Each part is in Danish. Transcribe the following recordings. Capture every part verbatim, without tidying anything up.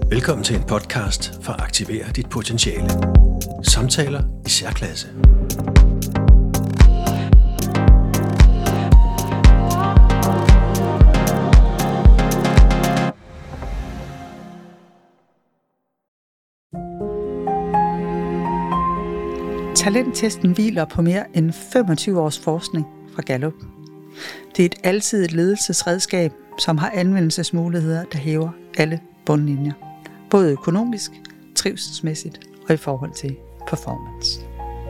Velkommen til en podcast for at aktivere dit potentiale. Samtaler i særklasse. Talenttesten hviler på mere end femogtyve års forskning fra Gallup. Det er et alsidigt ledelsesredskab, som har anvendelsesmuligheder, der hæver alle bundlinjer. Både økonomisk, trivselsmæssigt og i forhold til performance.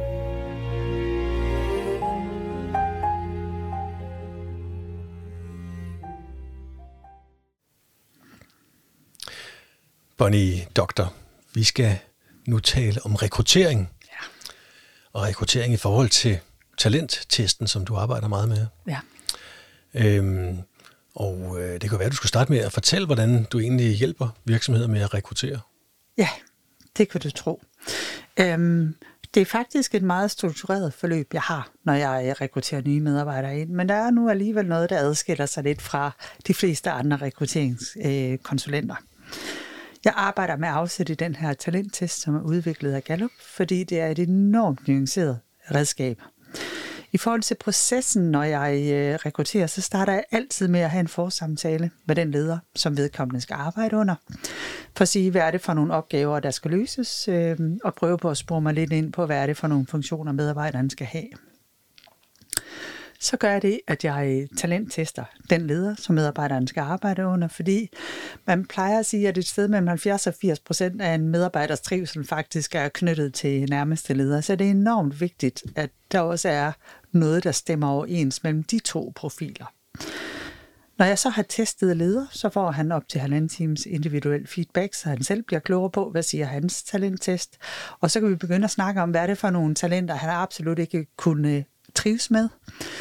Bonnie Doktor, vi skal nu tale om rekruttering. Ja. Og rekruttering i forhold til talenttesten, som du arbejder meget med. Ja. Øhm, og øh, det kan være, at du skulle starte med at fortælle, hvordan du egentlig hjælper virksomheder med at rekruttere. Ja, det kan du tro. Øhm, det er faktisk et meget struktureret forløb, jeg har, når jeg rekrutterer nye medarbejdere ind. Men der er nu alligevel noget, der adskiller sig lidt fra de fleste andre rekrutteringskonsulenter. Jeg arbejder med at afsætte den her talenttest, som er udviklet af Gallup, fordi det er et enormt nuanceret redskab. I forhold til processen, når jeg rekrutterer, så starter jeg altid med at have en forsamtale med den leder, som vedkommende skal arbejde under. For at sige, hvad er det for nogle opgaver, der skal løses, og prøve på at spore mig lidt ind på, hvad er det for nogle funktioner, medarbejderen skal have. Så gør jeg det, at jeg talenttester den leder, som medarbejderen skal arbejde under, fordi man plejer at sige, at et sted mellem halvfjerds og firs procent af en medarbejders trivsel faktisk er knyttet til nærmeste leder. Så det er enormt vigtigt, at der også er noget, der stemmer overens mellem de to profiler. Når jeg så har testet leder, så får han op til halvanden times individuel feedback, så han selv bliver klogere på, hvad siger hans talenttest. Og så kan vi begynde at snakke om, hvad er det for nogle talenter, han absolut ikke kunne trives med.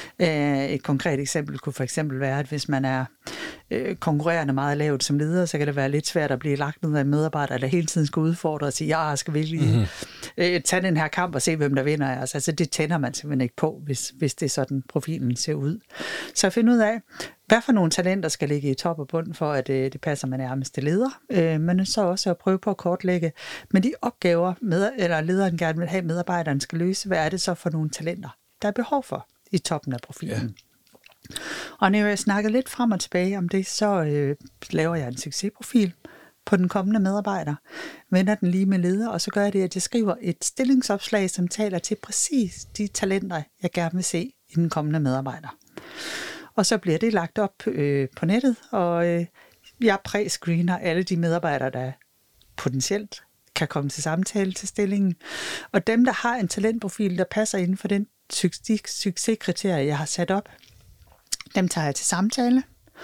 Et konkret eksempel kunne for eksempel være, at hvis man er konkurrerende meget lavt som leder, så kan det være lidt svært at blive lagt ned af en medarbejder, der hele tiden skal udfordre og sige, ja, jeg skal virkelig mm-hmm. tage den her kamp og se, hvem der vinder. Altså, altså det tænder man simpelthen ikke på, hvis, hvis det er sådan, profilen ser ud. Så find ud af, hvad for nogle talenter skal ligge i top og bund, for at det passer med nærmeste leder, men så også at prøve på at kortlægge, men de opgaver, med, eller lederen gerne vil have, medarbejderen skal løse, hvad er det så for nogle talenter, der er behov for i toppen af profilen. Ja. Og når jeg snakker lidt frem og tilbage om det, så øh, laver jeg en succesprofil på den kommende medarbejder, vender den lige med leder, og så gør jeg det, at jeg skriver et stillingsopslag, som taler til præcis de talenter, jeg gerne vil se i den kommende medarbejder. Og så bliver det lagt op øh, på nettet, og øh, jeg præscreener alle de medarbejdere, der potentielt kan komme til samtale til stillingen. Og dem, der har en talentprofil, der passer inden for den succeskriterier, jeg har sat op, dem tager jeg til samtale.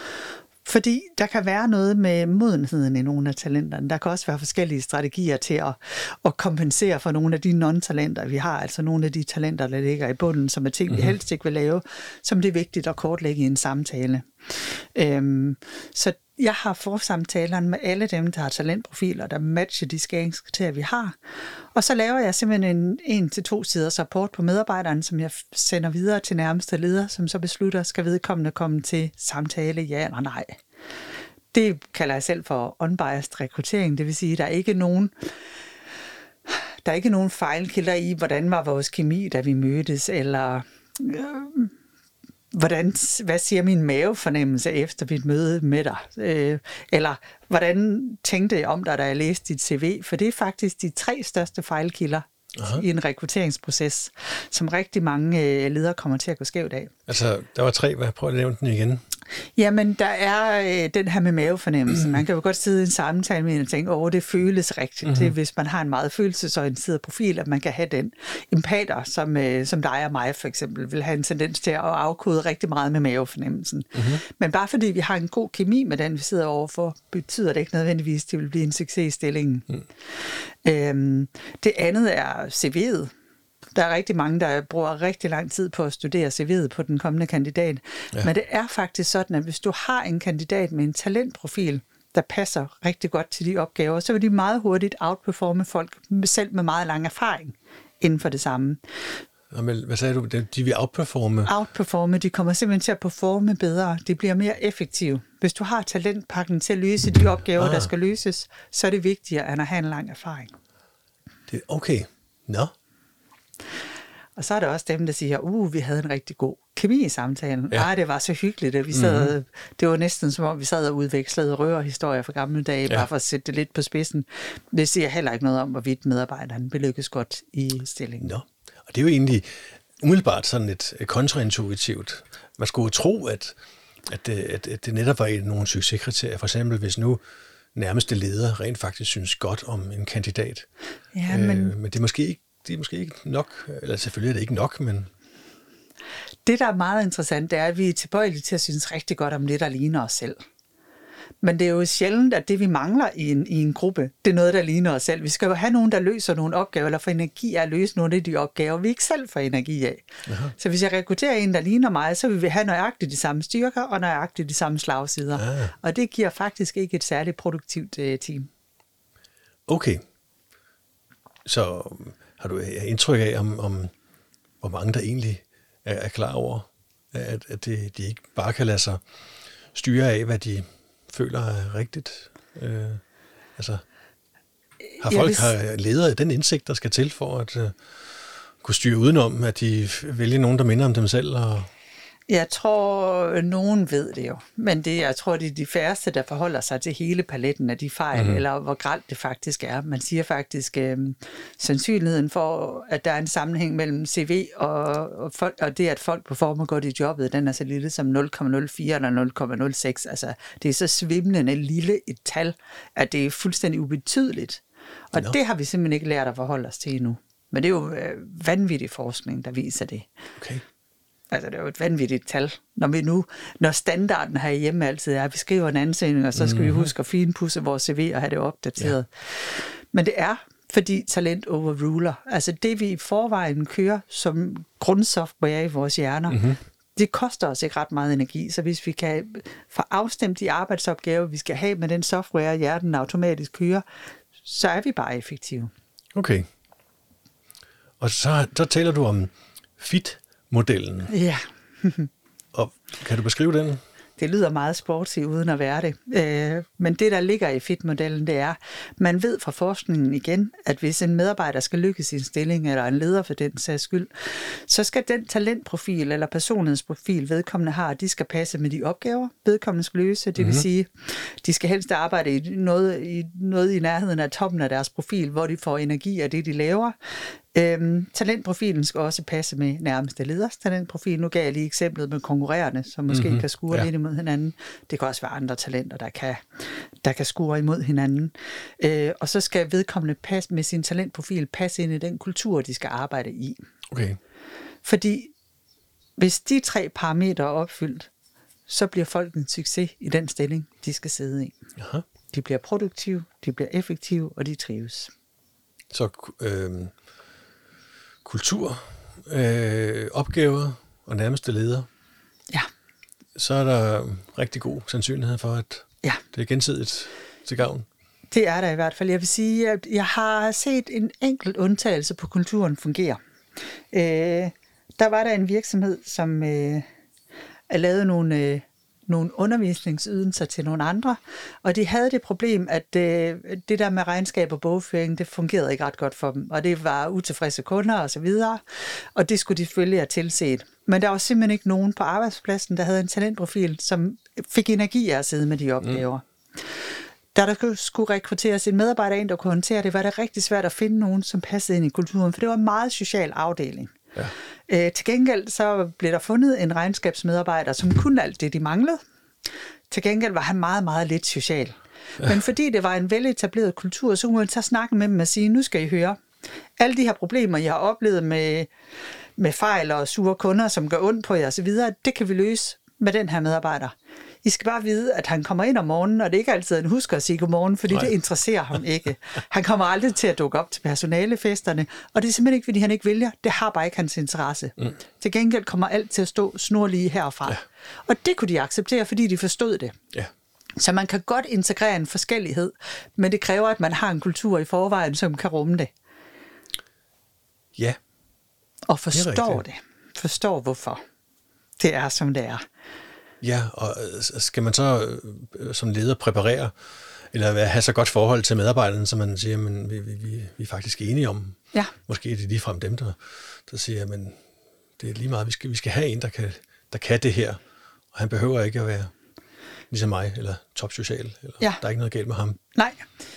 Fordi der kan være noget med modenheden i nogle af talenterne. Der kan også være forskellige strategier til at, at kompensere for nogle af de non-talenter, vi har. Altså nogle af de talenter, der ligger i bunden, som er ting, mm-hmm. vi helst ikke vil lave, som det er vigtigt at kortlægge i en samtale. Øhm, så jeg har forsamtalerne med alle dem, der har talentprofiler, der matcher de skæringskriterier, vi har. Og så laver jeg simpelthen en en til to siders rapport på medarbejderen, som jeg sender videre til nærmeste leder, som så beslutter, skal vedkommende komme til samtale, ja eller nej. Det kalder jeg selv for unbiased rekruttering, det vil sige, at der er ikke nogen, der er ikke nogen fejlkilder i, hvordan var vores kemi, da vi mødtes, eller øh, Hvordan, hvad siger min mavefornemmelse efter mit møde med dig? Øh, eller hvordan tænkte jeg om dig, da jeg læste dit C V? For det er faktisk de tre største fejlkilder Aha. i en rekrutteringsproces, som rigtig mange øh, ledere kommer til at gå skævt af. Altså, der var tre. Hvad? Prøv at nævne den igen. Jamen, der er øh, den her med mavefornemmelse. Man kan jo godt sidde i en samtale med en og tænke, åh, det føles rigtigt. Mm-hmm. Det er, hvis man har en meget følelsesorienteret profil, at man kan have den. Empater, som, øh, som dig og mig for eksempel, vil have en tendens til at afkode rigtig meget med mavefornemmelsen. Mm-hmm. Men bare fordi vi har en god kemi med den, vi sidder overfor, betyder det ikke nødvendigvis, at det vil blive en succes i stillingen. Mm. Øhm, det andet er C V'et. Der er rigtig mange, der bruger rigtig lang tid på at studere C V'et på den kommende kandidat. Ja. Men det er faktisk sådan, at hvis du har en kandidat med en talentprofil, der passer rigtig godt til de opgaver, så vil de meget hurtigt outperforme folk, selv med meget lang erfaring inden for det samme. Hvad sagde du? De vil outperforme? Outperforme. De kommer simpelthen til at performe bedre. De bliver mere effektive. Hvis du har talentpakken til at løse de opgaver, ah. der skal løses, så er det vigtigere, end at have en lang erfaring. Det, okay. Nå. No. Og så er der også dem, der siger, uh, vi havde en rigtig god kemi i samtalen. Ja. Ej, det var så hyggeligt, at vi sad, mm-hmm. det var næsten som om, vi sad og udvekslede røverhistorier fra gamle dage, ja. bare for at sætte det lidt på spidsen. Det siger heller ikke noget om, hvorvidt medarbejderen vil lykkes godt i stillingen. Nå. Og det er jo egentlig umiddelbart sådan et kontraintuitivt. Man skulle tro, at, at, det, at, at det netop var nogle succeskriterier. For eksempel, hvis nu nærmeste leder rent faktisk synes godt om en kandidat. Ja, men... Øh, men det er måske ikke Det er måske ikke nok, eller selvfølgelig er det ikke nok, men... Det, der er meget interessant, det er, at vi er tilbøjelige til at synes rigtig godt om det, der ligner os selv. Men det er jo sjældent, at det, vi mangler i en, i en gruppe, det er noget, der ligner os selv. Vi skal jo have nogen, der løser nogle opgaver, eller får energi af at løse nogle af de opgaver, vi ikke selv får energi af. Aha. Så hvis jeg rekrutterer en, der ligner mig, så vil vi have nøjagtigt de samme styrker, og nøjagtigt de samme slagsider. Ah. Og det giver faktisk ikke et særligt produktivt uh, team. Okay. Så... Har du indtryk af, om, om hvor mange der egentlig er, er klar over, at, at det, de ikke bare kan lade sig styre af, hvad de føler er rigtigt? Øh, altså, har folk, hvis... har ledere den indsigt, der skal til for at uh, kunne styre udenom, at de vælger nogen, der minder om dem selv? Og... Jeg tror, nogen ved det jo, men det, jeg tror, det er de færreste, der forholder sig til hele paletten af de fejl, mm-hmm. eller hvor grelt det faktisk er. Man siger faktisk, øh, sandsynligheden for, at der er en sammenhæng mellem C V og, og, folk, og det, at folk performer godt i jobbet, den er så lille som nul komma nul fire eller nul komma nul seks. Altså, det er så svimlende lille et tal, at det er fuldstændig ubetydeligt. Og no. det har vi simpelthen ikke lært at forholde os til endnu. Men det er jo øh, vanvittig forskning, der viser det. Okay. Altså, det er jo et vanvittigt tal. Når vi nu, når standarden herhjemme altid er, at vi skriver en ansøgning, og så skal mm-hmm. vi huske at finpudse vores C V og have det opdateret. Ja. Men det er, fordi talent overruler. Altså, det vi i forvejen kører som grundsoftware i vores hjerner, mm-hmm. det koster os ikke ret meget energi. Så hvis vi kan få afstemt de arbejdsopgaver, vi skal have med den software, hjernen automatisk kører, så er vi bare effektive. Okay. Og så, så taler du om fit modellen. Ja. Og kan du beskrive den? Det lyder meget sporty uden at være det. Men det, der ligger i fit-modellen, det er, man ved fra forskningen igen, at hvis en medarbejder skal lykkes i sin stilling, eller en leder for den sags skyld, så skal den talentprofil eller personlighedsprofil, vedkommende har, de skal passe med de opgaver, vedkommende skal løse. Det vil mm-hmm. sige, de skal helst arbejde i noget, i noget i nærheden af toppen af deres profil, hvor de får energi af det, de laver. Øhm, talentprofilen skal også passe med nærmeste leders talentprofil. Nu gav jeg lige eksemplet med konkurrerende, som måske mm-hmm. kan skure ja. lidt imod hinanden. Det kan også være andre talenter, der kan, der kan skure imod hinanden. Øh, og så skal vedkommende passe med sin talentprofil passe ind i den kultur, de skal arbejde i. Okay. Fordi hvis de tre parametre er opfyldt, så bliver folk en succes i den stilling, de skal sidde i. Aha. De bliver produktive, de bliver effektive, og de trives. Så øh, kultur, øh, opgaver og nærmeste leder. Ja. Så er der rigtig god sandsynlighed for, at ja. det er gensidigt til gavn. Det er der i hvert fald. Jeg vil sige, at jeg har set en enkelt undtagelse på kulturen fungere. Øh, der var der en virksomhed, som øh, lavede nogle... Øh, nogle undervisningsydelser til nogle andre, og de havde det problem, at øh, det der med regnskab og bogføring, det fungerede ikke ret godt for dem, og det var utilfredse kunder og så videre, og det skulle de selvfølgelig have tilset. Men der var simpelthen ikke nogen på arbejdspladsen, der havde en talentprofil, som fik energi af at sidde med de opgaver. Mm. Da der skulle rekrutteres en medarbejder ind, der kunne håndtere det, var det rigtig svært at finde nogen, som passede ind i kulturen, for det var en meget social afdeling. Ja. Øh, til gengæld så blev der fundet en regnskabsmedarbejder, som kunne alt det, de manglede. Til gengæld var han meget, meget lidt social. Ja. Men fordi det var en veletableret kultur, så kunne man så snakke med dem og sige, nu skal I høre, alle de her problemer, jeg har oplevet med, med fejl og sure kunder, som gør ondt på jer osv., det kan vi løse med den her medarbejder. I skal bare vide, at han kommer ind om morgenen, og det er ikke altid, han husker at sige godmorgen, fordi Nej. det interesserer ham ikke. Han kommer aldrig til at dukke op til personalefesterne, og det er simpelthen ikke, fordi han ikke vælger. Det har bare ikke hans interesse. Mm. Til gengæld kommer alt til at stå snorlige herfra. Ja. Og det kunne de acceptere, fordi de forstod det. Ja. Så man kan godt integrere en forskellighed, men det kræver, at man har en kultur i forvejen, som kan rumme det. Ja. Og forstår det, det. Forstår hvorfor det er, som det er. Ja, og skal man så som leder præparere, eller have så godt forhold til medarbejderne, så man siger, at vi, vi, vi er faktisk enige om, ja. Måske er det ligefrem dem, der, der siger, at det er lige meget, vi skal, vi skal have en, der kan, der kan det her, og han behøver ikke at være ligesom mig, eller topsocial, eller ja. Der er ikke noget galt med ham. Nej,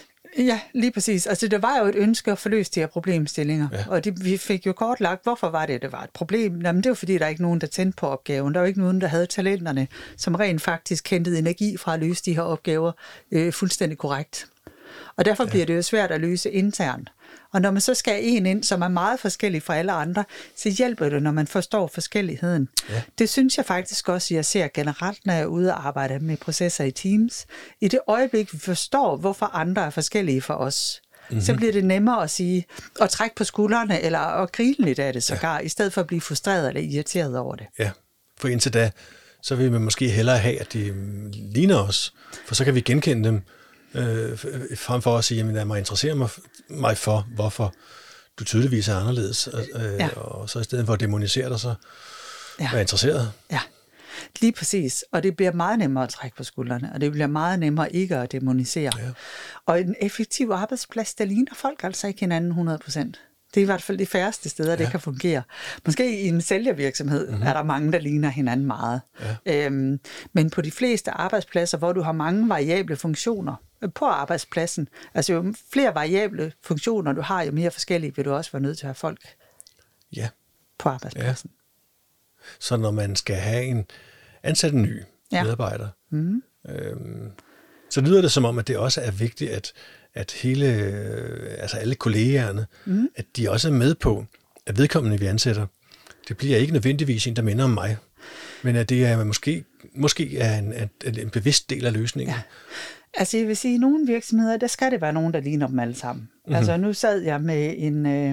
ja, lige præcis. Altså, det var jo et ønske at forløse de her problemstillinger, ja. Og det, vi fik jo kortlagt, hvorfor var det, det var et problem? Jamen, det var fordi, der er ikke nogen, der tændte på opgaven. Der var ikke nogen, der havde talenterne, som rent faktisk hentede energi fra at løse de her opgaver øh, fuldstændig korrekt. Og derfor ja. Bliver det jo svært at løse internt. Og når man så skal en ind, som er meget forskellig fra alle andre, så hjælper det, når man forstår forskelligheden. Ja. Det synes jeg faktisk også, jeg ser generelt, når jeg er ude og arbejde med processer i teams. I det øjeblik, vi forstår, hvorfor andre er forskellige fra os, mm-hmm. så bliver det nemmere at sige, at trække på skuldrene, eller at grine lidt af det sågar, ja. I stedet for at blive frustreret eller irriteret over det. Ja, for indtil da, så vil man måske hellere have, at de ligner os, for så kan vi genkende dem, Øh, frem for at sige, at jeg må interessere mig, mig for, hvorfor du tydeligvis er anderledes, øh, ja. Og så i stedet for at dæmonisere dig, så ja. Er interesseret. Ja, lige præcis. Og det bliver meget nemmere at trække på skuldrene, og det bliver meget nemmere ikke at dæmonisere. Ja. Og en effektiv arbejdsplads, der ligner folk altså ikke hinanden hundrede procent. Det er i hvert fald de færreste steder, ja. Det kan fungere. Måske i en sælgervirksomhed mm-hmm. er der mange, der ligner hinanden meget. Ja. Øhm, men på de fleste arbejdspladser, hvor du har mange variable funktioner på arbejdspladsen, altså jo flere variable funktioner du har, jo mere forskellige vil du også være nødt til at have folk ja. På arbejdspladsen. Ja. Så når man skal have en ansat en ny ja. Medarbejder, mm-hmm. øhm, så lyder det som om, at det også er vigtigt, at at hele, altså alle kollegaerne, mm. at de også er med på, at vedkommende, vi ansætter, det bliver ikke nødvendigvis en, der minder om mig, men at det er måske, måske er en, en bevidst del af løsningen. Ja. Altså jeg vil sige, at i nogle virksomheder, der skal det være nogen, der ligner dem alle sammen. Mm-hmm. Altså nu sad jeg med en, øh,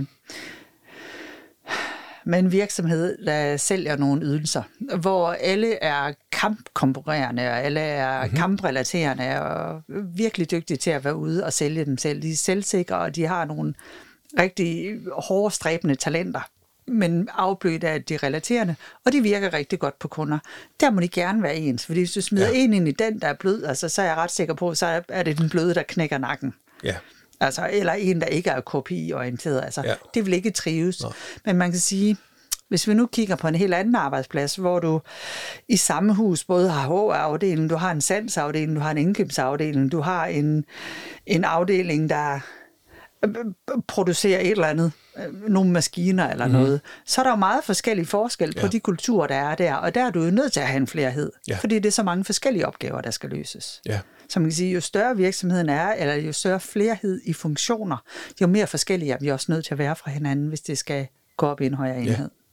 med en virksomhed, der sælger nogle ydelser, hvor alle er kampkonkurrerende, og alle er mm-hmm. kamprelaterende, og virkelig dygtige til at være ude og sælge dem selv. De er selvsikre, og de har nogle rigtig hårde, stræbende talenter, men afblødt af de relaterende, og de virker rigtig godt på kunder. Der må de gerne være ens, fordi hvis du smider ja. En ind i den, der er blød, altså, så er jeg ret sikker på, så er det den bløde, der knækker nakken. Ja. Altså, eller en, der ikke er K P I-orienteret. Altså, ja. Det vil ikke trives. Nå. Men man kan sige, hvis vi nu kigger på en helt anden arbejdsplads, hvor du i samme hus både har H R-afdelingen, du har en salgsafdeling, du har en indkøbsafdeling, du har en, en afdeling, der producerer et eller andet, nogle maskiner eller mm-hmm. noget, så er der jo meget forskellige forskel på ja. De kulturer, der er der, og der er du jo nødt til at have en flerhed, ja. Fordi det er så mange forskellige opgaver, der skal løses. Ja. Så man kan sige, jo større virksomheden er, eller jo større flerhed i funktioner, jo mere forskellige er vi også nødt til at være fra hinanden, hvis det skal gå op i en højere enhed. Ja.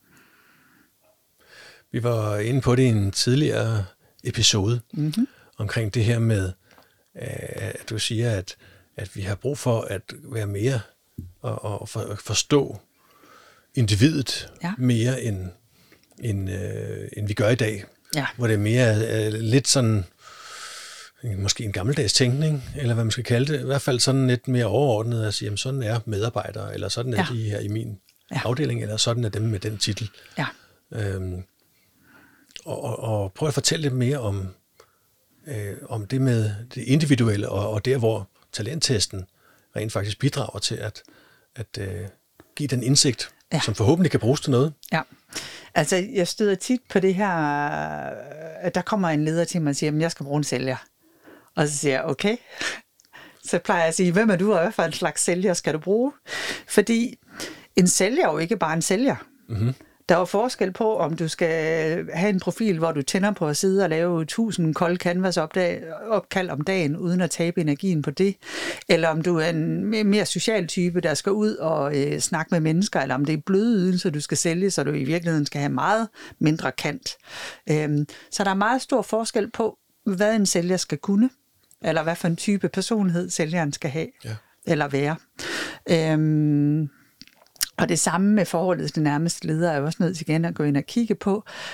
Vi var inde på det i en tidligere episode, mm-hmm. omkring det her med, at du siger, at, at vi har brug for at være mere og, og for, forstå individet ja. Mere, end, end, øh, end vi gør i dag. Ja. Hvor det er mere øh, lidt sådan, måske en gammeldags tænkning, eller hvad man skal kalde det, i hvert fald sådan lidt mere overordnet at sige, jamen sådan er medarbejdere, eller sådan er ja. De her i min ja. Afdeling, eller sådan er dem med den titel. Ja. Øhm, og, og, og prøv at fortælle lidt mere om, øh, om det med det individuelle, og, og der, hvor talenttesten rent faktisk bidrager til at, at øh, give den indsigt, ja. Som forhåbentlig kan bruges til noget. Ja, altså jeg støder tit på det her, at der kommer en leder til mig og siger, at jeg skal bruge en sælger. Og så siger jeg, okay. Så plejer jeg at sige, hvem er du, og hvad for en slags sælger skal du bruge? Fordi en sælger er jo ikke bare en sælger. Mm-hmm. Der er jo forskel på, om du skal have en profil, hvor du tænder på at sidde og lave tusind kolde canvas opkald om dagen, uden at tabe energien på det. Eller om du er en mere social type, der skal ud og øh, snakke med mennesker, eller om det er bløde ydelser, du skal sælge, så du i virkeligheden skal have meget mindre kant. Øhm, så der er meget stor forskel på, hvad en sælger skal kunne, eller hvad for en type personlighed sælgeren skal have, ja. Eller være. Øhm, Og det samme med forholdet til nærmeste leder er jo også nødt til igen at gå ind og kigge på,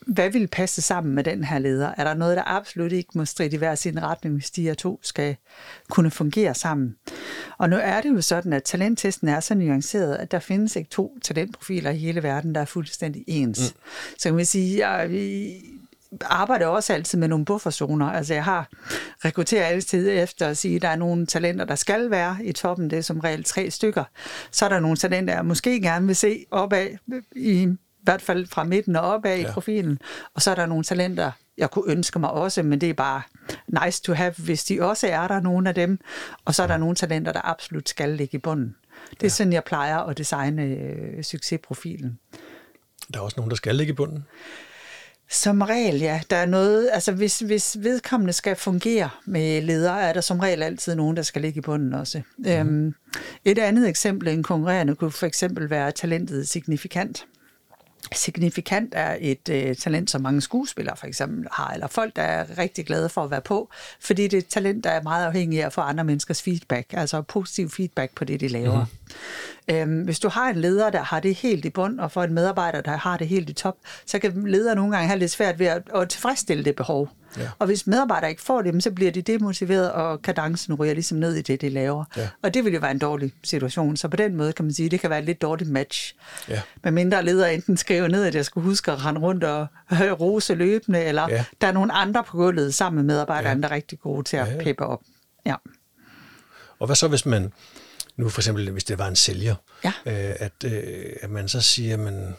hvad vil passe sammen med den her leder? Er der noget, der absolut ikke må stride i hver sin retning, hvis de her to skal kunne fungere sammen? Og nu er det jo sådan, at talenttesten er så nuanceret, at der findes ikke to talentprofiler i hele verden, der er fuldstændig ens. Mm. Så kan man sige, at vi arbejder også altid med nogle bufferzoner. Altså jeg har rekrutteret altid efter at sige, at der er nogle talenter, der skal være i toppen. Det er som regel tre stykker. Så er der nogle talenter, jeg måske gerne vil se opad i I hvert fald fra midten og opad ja. i profilen. Og så er der nogle talenter, jeg kunne ønske mig også, men det er bare nice to have, hvis de også er der, nogle af dem. Og så er der nogle talenter, der absolut skal ligge i bunden. Det er ja. sådan, jeg plejer at designe øh, succesprofilen. Der er også nogen, der skal ligge i bunden? Som regel, ja. Der er noget, altså hvis, hvis vedkommende skal fungere med ledere, er der som regel altid nogen, der skal ligge i bunden også. Mm. Øhm, et andet eksempel, en konkurrerende, kunne for eksempel være talentet signifikant. Signifikant er et øh, talent, som mange skuespillere for eksempel har, eller folk, der er rigtig glade for at være på, fordi det er et talent, der er meget afhængig af at få andre menneskers feedback, altså positiv feedback på det, de laver. Mm-hmm. Øhm, hvis du har en leder, der har det helt i bund, og for en medarbejder, der har det helt i top, så kan ledere nogle gange have lidt svært ved at, at tilfredsstille det behov. Ja. Og hvis medarbejdere ikke får det, så bliver de demotiveret, og kadencen ryger ligesom ned i det, de laver. Ja. Og det vil jo være en dårlig situation. Så på den måde kan man sige, at det kan være et lidt dårligt match. Ja. Med mindre ledere enten skriver ned, at jeg skulle huske at rende rundt og rose løbende, eller ja. der er nogle andre på gulvet sammen med medarbejdere, ja. der er rigtig gode til at ja, ja. peppe op. Ja. Og hvad så, hvis man, nu for eksempel, hvis det var en sælger, ja. øh, at, øh, at man så siger, man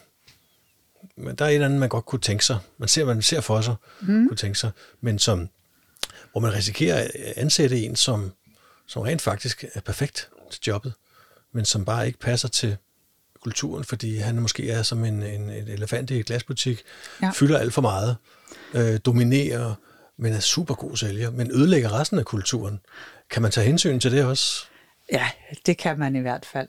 men der er et eller andet, man godt kunne tænke sig. Man ser, man ser for sig, mm. kunne tænke sig, men som, hvor man risikerer at ansætte en, som, som rent faktisk er perfekt til jobbet, men som bare ikke passer til kulturen, fordi han måske er som en, en, en elefant i et glasbutik, ja. fylder alt for meget, øh, dominerer, men er super god sælger, men ødelægger resten af kulturen. Kan man tage hensyn til det også? Ja, det kan man i hvert fald.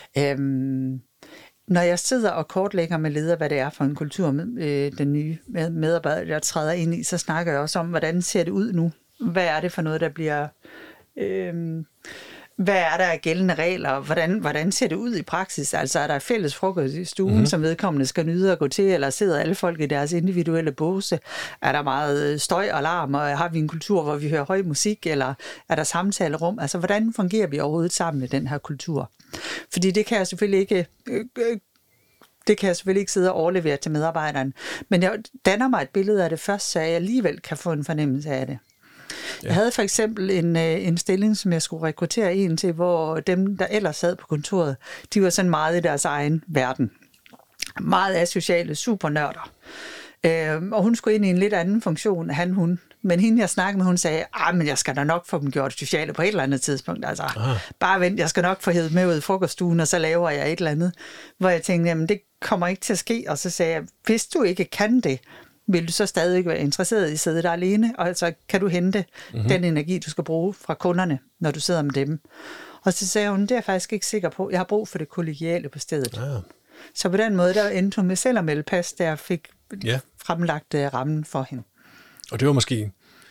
Øhm Når jeg sidder og kortlægger med ledere, hvad det er for en kultur, øh, den nye medarbejder, der træder ind i, så snakker jeg også om, hvordan ser det ud nu? Hvad er det for noget, der bliver... Øh, hvad er der af gældende regler? Hvordan, hvordan ser det ud i praksis? Altså er der fælles frokost i stuen, mm-hmm. som vedkommende skal nyde at gå til, eller sidder alle folk i deres individuelle båse? Er der meget støj og larm, og har vi en kultur, hvor vi hører høj musik, eller er der samtalerum? Altså hvordan fungerer vi overhovedet sammen i den her kultur? Fordi det kan jeg selvfølgelig ikke... Øh, øh, Det kan jeg selvfølgelig ikke sidde og overlevere til medarbejderen. Men jeg danner mig et billede af det først, så jeg alligevel kan få en fornemmelse af det. Ja. Jeg havde for eksempel en, en stilling, som jeg skulle rekruttere en til, hvor dem, der ellers sad på kontoret, de var sådan meget i deres egen verden. Meget asociale supernørder. Øh, og hun skulle ind i en lidt anden funktion, han, hun. Men hende, jeg snakkede med, hun sagde, ah, men jeg skal da nok få dem gjort sociale på et eller andet tidspunkt. Altså, Aha. bare vent, jeg skal nok få hævet med ud i frokoststuen, og så laver jeg et eller andet. Hvor jeg tænkte, jamen det kommer ikke til at ske. Og så sagde jeg, hvis du ikke kan det, vil du så stadig være interesseret i at sidde der alene? Og så kan du hente mm-hmm. den energi, du skal bruge fra kunderne, når du sidder med dem. Og så sagde hun, det er jeg faktisk ikke sikker på. Jeg har brug for det kollegiale på stedet. Ja. Så på den måde, der endte hun med selv at melde pas, da jeg fik ja. fremlagt rammen for hende. Og det var måske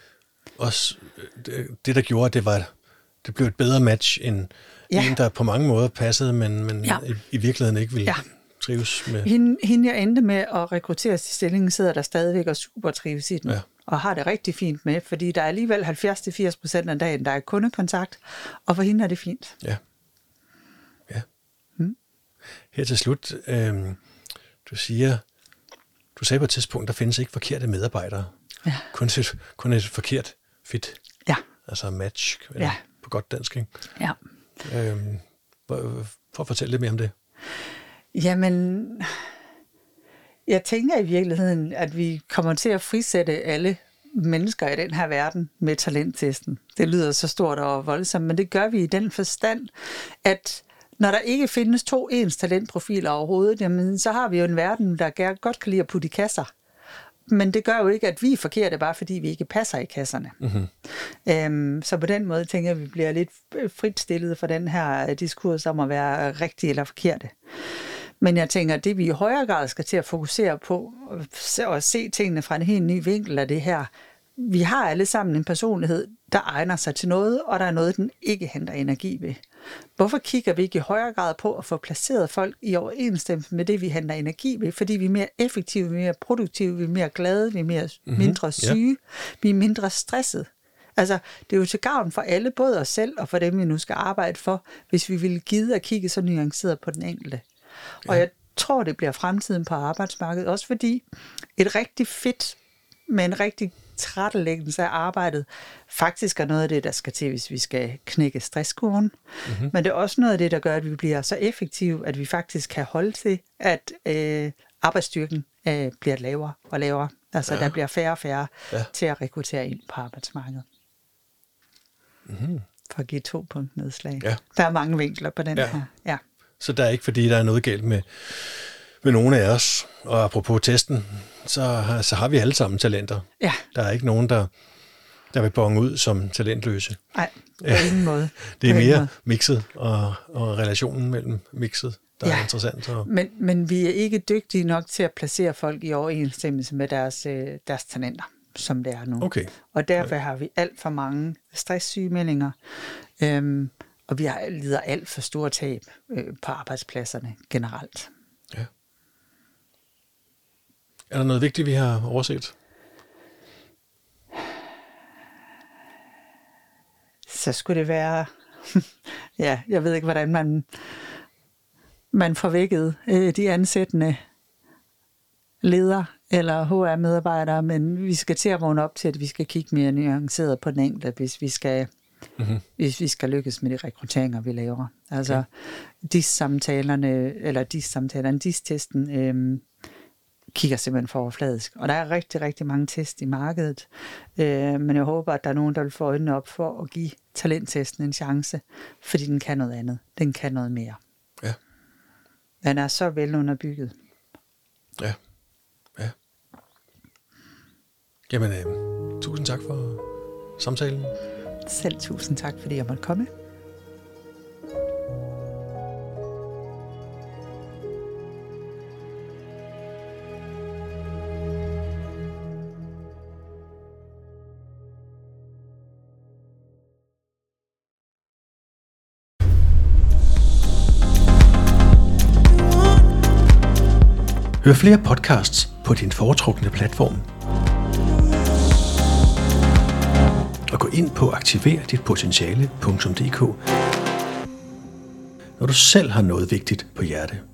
også det, der gjorde, at det, var, det blev et bedre match end ja. en, der på mange måder passede, men, men ja. i, i virkeligheden ikke ville ja. trives med. Hende, hende, jeg endte med at rekruttere til stillingen, sidder der stadigvæk og super trives i den, ja. og har det rigtig fint med, fordi der er alligevel halvfjerds til firs procent af dagen, der er kundekontakt, og for hende er det fint. Ja. Ja. Hmm. Her til slut, øh, du siger, du sagde på et tidspunkt, der findes ikke forkerte medarbejdere. Ja. Kun, et, kun et forkert fit. Ja. Altså match, ja. på godt dansk. Ikke? Ja. Øhm, for, for at fortælle lidt mere om det. Jamen, jeg tænker i virkeligheden, at vi kommer til at frisætte alle mennesker i den her verden med talenttesten. Det lyder så stort og voldsomt, men det gør vi i den forstand, at når der ikke findes to ens talentprofiler overhovedet, jamen, så har vi jo en verden, der godt kan lide at putte i kasser. Men det gør jo ikke, at vi er forkerte, bare fordi vi ikke passer i kasserne. Mm-hmm. Øhm, så på den måde tænker jeg, at vi bliver lidt fritstillet for den her diskurs om at være rigtig eller forkerte. Men jeg tænker, at det vi i højere grad skal til at fokusere på, og se tingene fra en helt ny vinkel af det her, vi har alle sammen en personlighed, der egner sig til noget, og der er noget, den ikke henter energi ved. Hvorfor kigger vi ikke i højere grad på at få placeret folk i overensstemmelse med det, vi henter energi ved? Fordi vi er mere effektive, vi er mere produktive, vi er mere glade, vi er mere, mm-hmm. mindre syge, ja. Vi er mindre stresset. Altså, det er jo til gavn for alle, både os selv og for dem, vi nu skal arbejde for, hvis vi vil gide at kigge så nuanceret på den enkelte. Ja. Og jeg tror, det bliver fremtiden på arbejdsmarkedet, også fordi et rigtig fedt, men en rigtig tilrettelæggelse af arbejdet faktisk er noget af det, der skal til, hvis vi skal knække stresskurven. Mm-hmm. Men det er også noget af det, der gør, at vi bliver så effektive, at vi faktisk kan holde til, at øh, arbejdsstyrken øh, bliver lavere og lavere. Altså, ja. Der bliver færre og færre ja. til at rekruttere ind på arbejdsmarkedet. Mm-hmm. For at give to punkt nedslag. Ja. Der er mange vinkler på den ja. her. Ja. Så der er ikke, fordi der er noget galt med, med nogen af os. Og apropos testen, så, så har vi alle sammen talenter. Ja. Der er ikke nogen, der, der vil bonge ud som talentløse. Nej, på ja. ingen måde. Det er mere mixet, og, og relationen mellem mixet, der ja. er interessant. Og... Men, men vi er ikke dygtige nok til at placere folk i overensstemmelse med deres, deres talenter, som det er nu. Okay. Og derfor har vi alt for mange stresssygemeldinger, øhm, og vi har lider alt for store tab øh, på arbejdspladserne generelt. Ja. Er der noget vigtigt, vi har overset? Så skulle det være... ja, jeg ved ikke, hvordan man, man får vækket øh, de ansættende ledere eller H R-medarbejdere, men vi skal til at vågne op til, at vi skal kigge mere nuanceret på den enkelte, hvis vi skal, mm-hmm. hvis vi skal lykkes med de rekrutteringer, vi laver. Altså, okay. de samtalerne, eller de samtalerne, de testen, øh, kigger simpelthen for overfladisk. Og der er rigtig, rigtig mange test i markedet, øh, men jeg håber, at der er nogen, der vil få øjnene op for at give talenttesten en chance, fordi den kan noget andet. Den kan noget mere. Ja. Den er så vel underbygget. Ja. Ja. Jamen, øh, tusind tak for samtalen. Selv tusind tak, fordi jeg måtte komme. Hør flere podcasts på din foretrukne platform. Og gå ind på aktiver dit potentiale punktum d k, når du selv har noget vigtigt på hjerte.